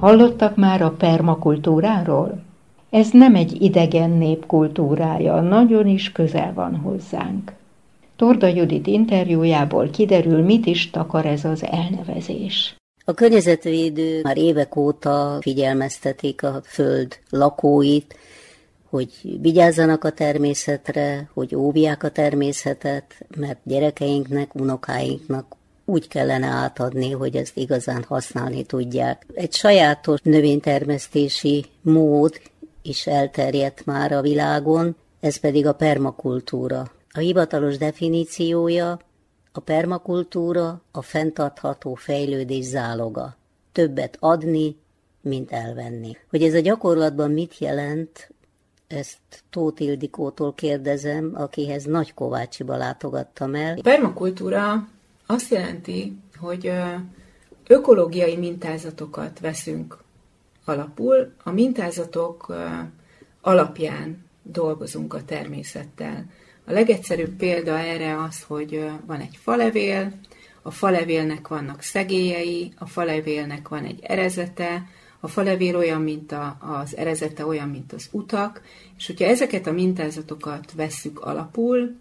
Hallottak már a permakultúráról? Ez nem egy idegen nép kultúrája, nagyon is közel van hozzánk. Torda Judit interjújából kiderül, mit is takar ez az elnevezés. A környezetvédők már évek óta figyelmeztetik a föld lakóit, hogy vigyázzanak a természetre, hogy óvják a természetet, mert gyerekeinknek, unokáinknak úgy kellene átadni, hogy ezt igazán használni tudják. Egy sajátos növénytermesztési mód is elterjedt már a világon, ez pedig a permakultúra. A hivatalos definíciója: a permakultúra a fenntartható fejlődés záloga. Többet adni, mint elvenni. Hogy ez a gyakorlatban mit jelent, ezt Tóth Ildikótól kérdezem, akihez Nagykovácsiba látogattam el. A permakultúra azt jelenti, hogy ökológiai mintázatokat veszünk alapul, a mintázatok alapján dolgozunk a természettel. A legegyszerűbb példa erre az, hogy van egy falevél, a falevélnek vannak szegélyei, a falevélnek van egy erezete, a falevél olyan, mint az erezete, olyan, mint az utak, és hogyha ezeket a mintázatokat vesszük alapul,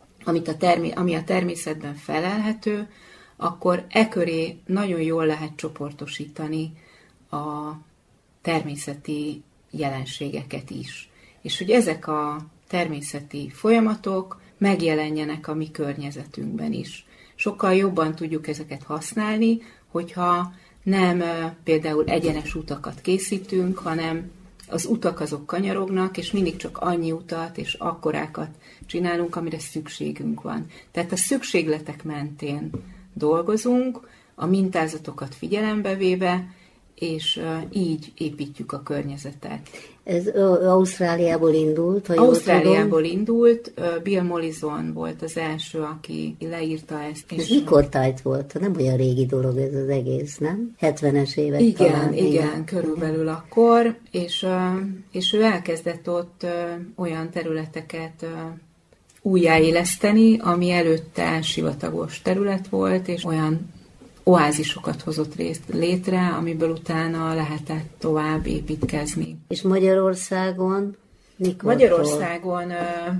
ami a természetben felelhető, akkor köré nagyon jól lehet csoportosítani a természeti jelenségeket is. És hogy ezek a természeti folyamatok megjelenjenek a mi környezetünkben is. Sokkal jobban tudjuk ezeket használni, hogyha nem például egyenes utakat készítünk, hanem az utak azok kanyarognak, és mindig csak annyi utat és akkorákat csinálunk, amire szükségünk van. Tehát a szükségletek mentén dolgozunk, a mintázatokat figyelembe véve, és így építjük a környezetet. Ez Ausztráliából indult, ha Ausztráliából indult, Bill Mollison volt az első, aki leírta ezt. Ez mikor tájt volt? Nem olyan régi dolog ez az egész, nem? 70-es évek igen, talán. Igen, körülbelül akkor, és ő elkezdett ott olyan területeket újjáéleszteni, ami előtte sivatagos terület volt, és olyan oázisokat hozott létre, amiből utána lehetett tovább építkezni. És Magyarországon mikortól? Magyarországon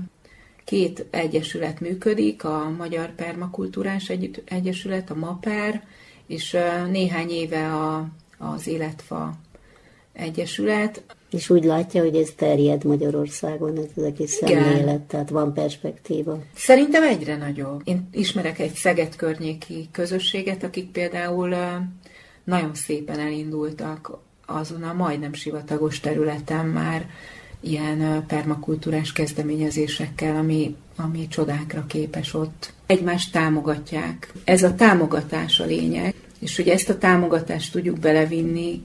2 egyesület működik, a Magyar Permakultúrás Egyesület, a MAPER, és néhány éve az Életfa Egyesület. És úgy látja, hogy ez terjed Magyarországon, ez az egész szemlélet, tehát van perspektíva. Szerintem egyre nagyobb. Én ismerek egy Szeged környéki közösséget, akik például nagyon szépen elindultak azon a majdnem sivatagos területen már ilyen permakultúrás kezdeményezésekkel, ami csodákra képes ott. Egymást támogatják. Ez a támogatás a lényeg, és hogy ezt a támogatást tudjuk belevinni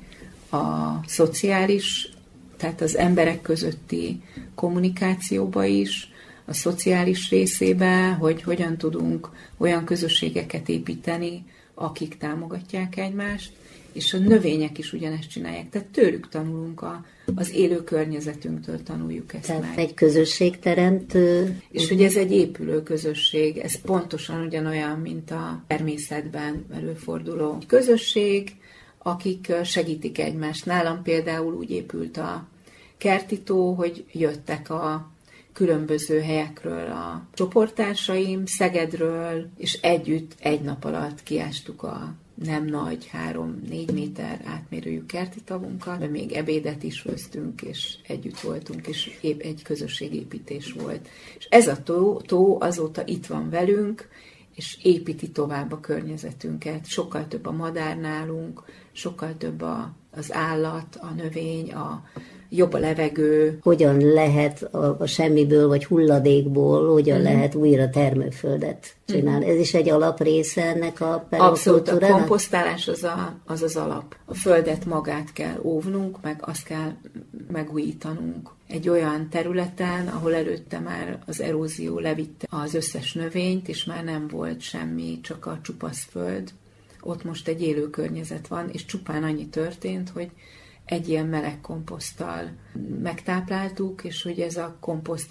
a szociális, tehát az emberek közötti kommunikációba is, a szociális részébe, hogy hogyan tudunk olyan közösségeket építeni, akik támogatják egymást, és a növények is ugyanezt csinálják. Tehát tőlük tanulunk, az élő környezetünktől tanuljuk ezt tehát meg. Egy közösségteremtő. És hogy ez egy épülő közösség, ez pontosan ugyanolyan, mint a természetben előforduló közösség, akik segítik egymást. Nálam például úgy épült a kertitó, hogy jöttek a különböző helyekről a csoporttársaim, Szegedről, és együtt egy nap alatt kiástuk a nem nagy, 3-4 méter átmérőjű kertitavunkat, de még ebédet is főztünk, és együtt voltunk, és épp egy közösségépítés volt. És ez a tó azóta itt van velünk, és építi tovább a környezetünket. Sokkal több a madár nálunk, sokkal több az állat, a növény, jobb a levegő. Hogyan lehet a semmiből, vagy hulladékból, hogyan lehet újra termőföldet csinálni? Ez is egy alaprésze ennek a permakultúrának? Abszolút, a komposztálás az alap. A földet magát kell óvnunk, meg azt kell megújítanunk. Egy olyan területen, ahol előtte már az erózió levitte az összes növényt, és már nem volt semmi, csak a csupasz föld. Ott most egy élő környezet van, és csupán annyi történt, hogy egy ilyen meleg komposzttal megtápláltuk, és hogy ez a komposzt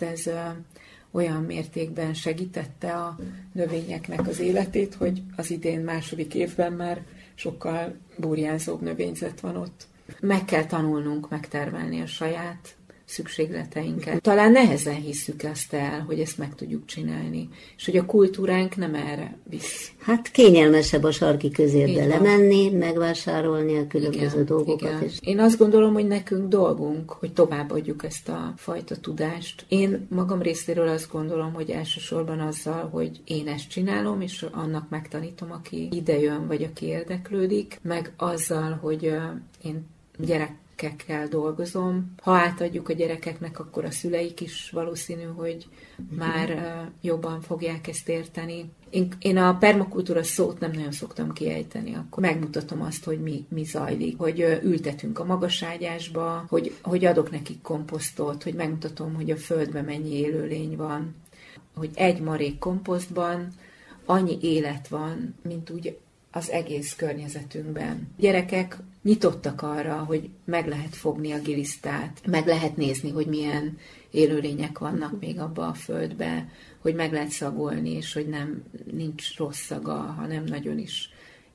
olyan mértékben segítette a növényeknek az életét, hogy az idén második évben már sokkal burjánzóbb növényzet van ott. Meg kell tanulnunk megtermelni a saját szükségleteinket. Talán nehezen hisszük azt el, hogy ezt meg tudjuk csinálni, és hogy a kultúránk nem erre visz. Hát kényelmesebb a sarki közérbe lemenni, megvásárolni a különböző dolgokat. Igen. Én azt gondolom, hogy nekünk dolgunk, hogy továbbadjuk ezt a fajta tudást. Én magam részéről azt gondolom, hogy elsősorban azzal, hogy én ezt csinálom, és annak megtanítom, aki idejön, vagy aki érdeklődik, meg azzal, hogy én gyerekekkel dolgozom. Ha átadjuk a gyerekeknek, akkor a szüleik is valószínű, hogy már jobban fogják ezt érteni. Én a permakultúra szót nem nagyon szoktam kiejteni, akkor megmutatom azt, hogy mi zajlik, hogy ültetünk a magaságyásba, hogy adok nekik komposztot, hogy megmutatom, hogy a földben mennyi élőlény van, hogy egy marék komposztban annyi élet van, mint úgy az egész környezetünkben. Gyerekek nyitottak arra, hogy meg lehet fogni a gilisztát, meg lehet nézni, hogy milyen élőlények vannak még abba a földbe, hogy meg lehet szagolni, és hogy nincs rossz szaga, hanem nagyon is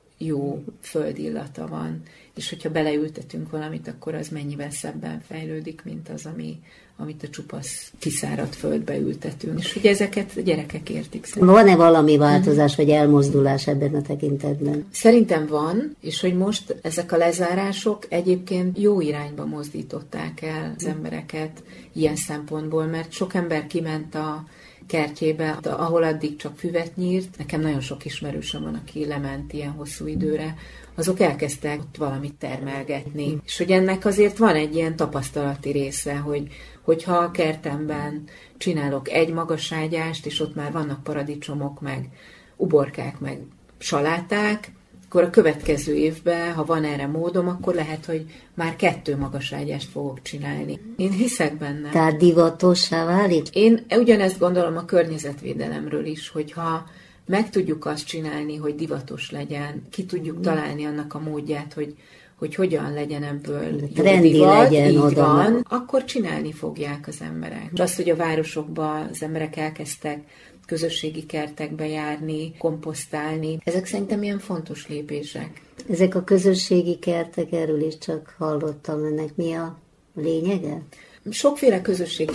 jó földillata van. És hogyha beleültetünk valamit, akkor az mennyivel szebben fejlődik, mint az, amit a csupasz kiszáradt földbe ültetünk. És ugye ezeket a gyerekek értik. Van-e valami változás vagy elmozdulás ebben a tekintetben? Szerintem van, és hogy most ezek a lezárások egyébként jó irányba mozdították el az embereket ilyen szempontból, mert sok ember kiment a kertjébe, ahol addig csak füvet nyírt. Nekem nagyon sok ismerősöm van, aki lement ilyen hosszú időre, azok elkezdtek ott valamit termelgetni. És hogy ennek azért van egy ilyen tapasztalati része, hogyha a kertemben csinálok egy magaságyást, és ott már vannak paradicsomok, meg uborkák, meg saláták, akkor a következő évben, ha van erre módom, akkor lehet, hogy már 2 magaságyást fogok csinálni. Én hiszek benne. Tehát divatossá válik? Én ugyanezt gondolom a környezetvédelemről is, hogyha meg tudjuk azt csinálni, hogy divatos legyen, ki tudjuk találni annak a módját, hogy hogyan legyen ebből trendi legyen oda. Van, akkor csinálni fogják az emberek. És azt, hogy a városokban az emberek elkezdtek közösségi kertekbe járni, komposztálni, ezek szerintem ilyen fontos lépések. Ezek a közösségi kertek, erről is csak hallottam, ennek mi a lényege? Sokféle közösségi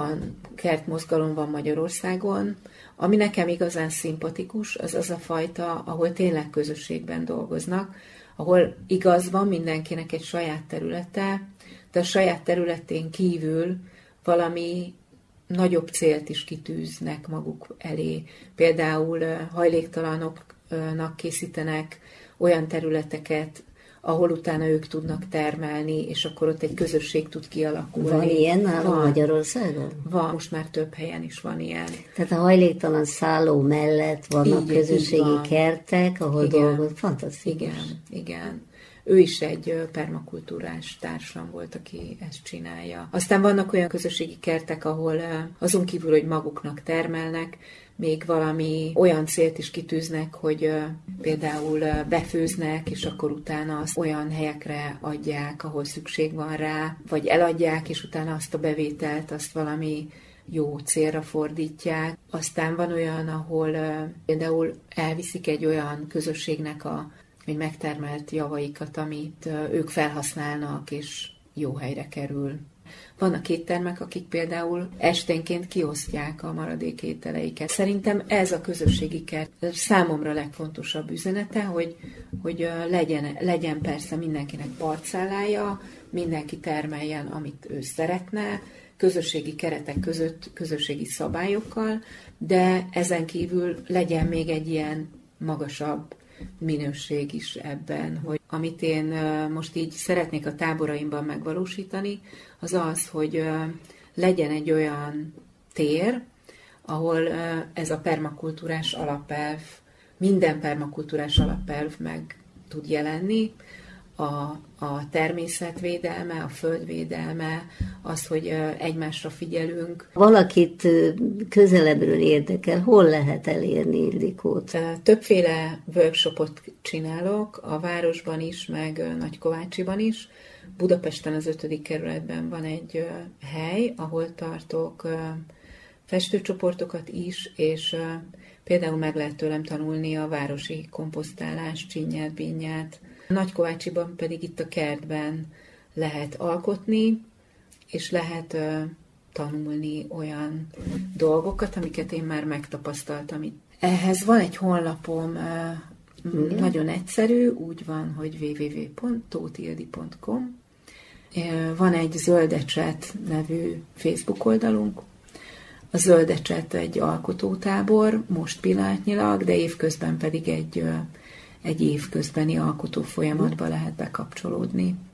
kertmozgalom van Magyarországon. Ami nekem igazán szimpatikus, az a fajta, ahol tényleg közösségben dolgoznak, ahol igaz van mindenkinek egy saját területe, de a saját területén kívül valami nagyobb célt is kitűznek maguk elé. Például hajléktalanoknak készítenek olyan területeket, ahol utána ők tudnak termelni, és akkor ott egy közösség tud kialakulni. Van ilyen nálunk Magyarországon? Van, most már több helyen is van ilyen. Tehát a hajléktalan szálló mellett vannak közösségi kertek, ahol dolgozik. Fantasztikus. Igen. Ő is egy permakultúrás társam volt, aki ezt csinálja. Aztán vannak olyan közösségi kertek, ahol azon kívül, hogy maguknak termelnek, még valami olyan célt is kitűznek, hogy például befőznek, és akkor utána azt olyan helyekre adják, ahol szükség van rá, vagy eladják, és utána azt a bevételt, azt valami jó célra fordítják. Aztán van olyan, ahol például elviszik egy olyan közösségnek hogy megtermelt javaikat, amit ők felhasználnak, és jó helyre kerül. Vannak éttermek, akik például esténként kiosztják a maradék ételeiket. Szerintem ez a közösségi kert számomra legfontosabb üzenete, hogy legyen persze mindenkinek parcellája, mindenki termeljen, amit ő szeretne, közösségi keretek között, közösségi szabályokkal, de ezen kívül legyen még egy ilyen magasabb minőség is ebben, hogy amit én most így szeretnék a táboraimban megvalósítani, az az, hogy legyen egy olyan tér, ahol ez a permakultúrás alapelv, minden permakultúrás alapelv meg tud jelenni, a természetvédelme, a földvédelme, az, hogy egymásra figyelünk. Valakit közelebbről érdekel, hol lehet elérni Ildikót? Többféle workshopot csinálok, a városban is, meg Nagykovácsiban is. Budapesten az 5. kerületben van egy hely, ahol tartok festőcsoportokat is, és például meg lehet tőlem tanulni a városi komposztálást, csinyát, bínyát, Nagykovácsiban pedig itt a kertben lehet alkotni, és lehet tanulni olyan dolgokat, amiket én már megtapasztaltam itt. Ehhez van egy honlapom, nagyon egyszerű, úgy van, hogy www.tothildi.com. Van egy Zöldecset nevű Facebook oldalunk. A Zöldecset egy alkotótábor, most pillanatnyilag, de évközben pedig egy évközbeni alkotó folyamatba lehet bekapcsolódni.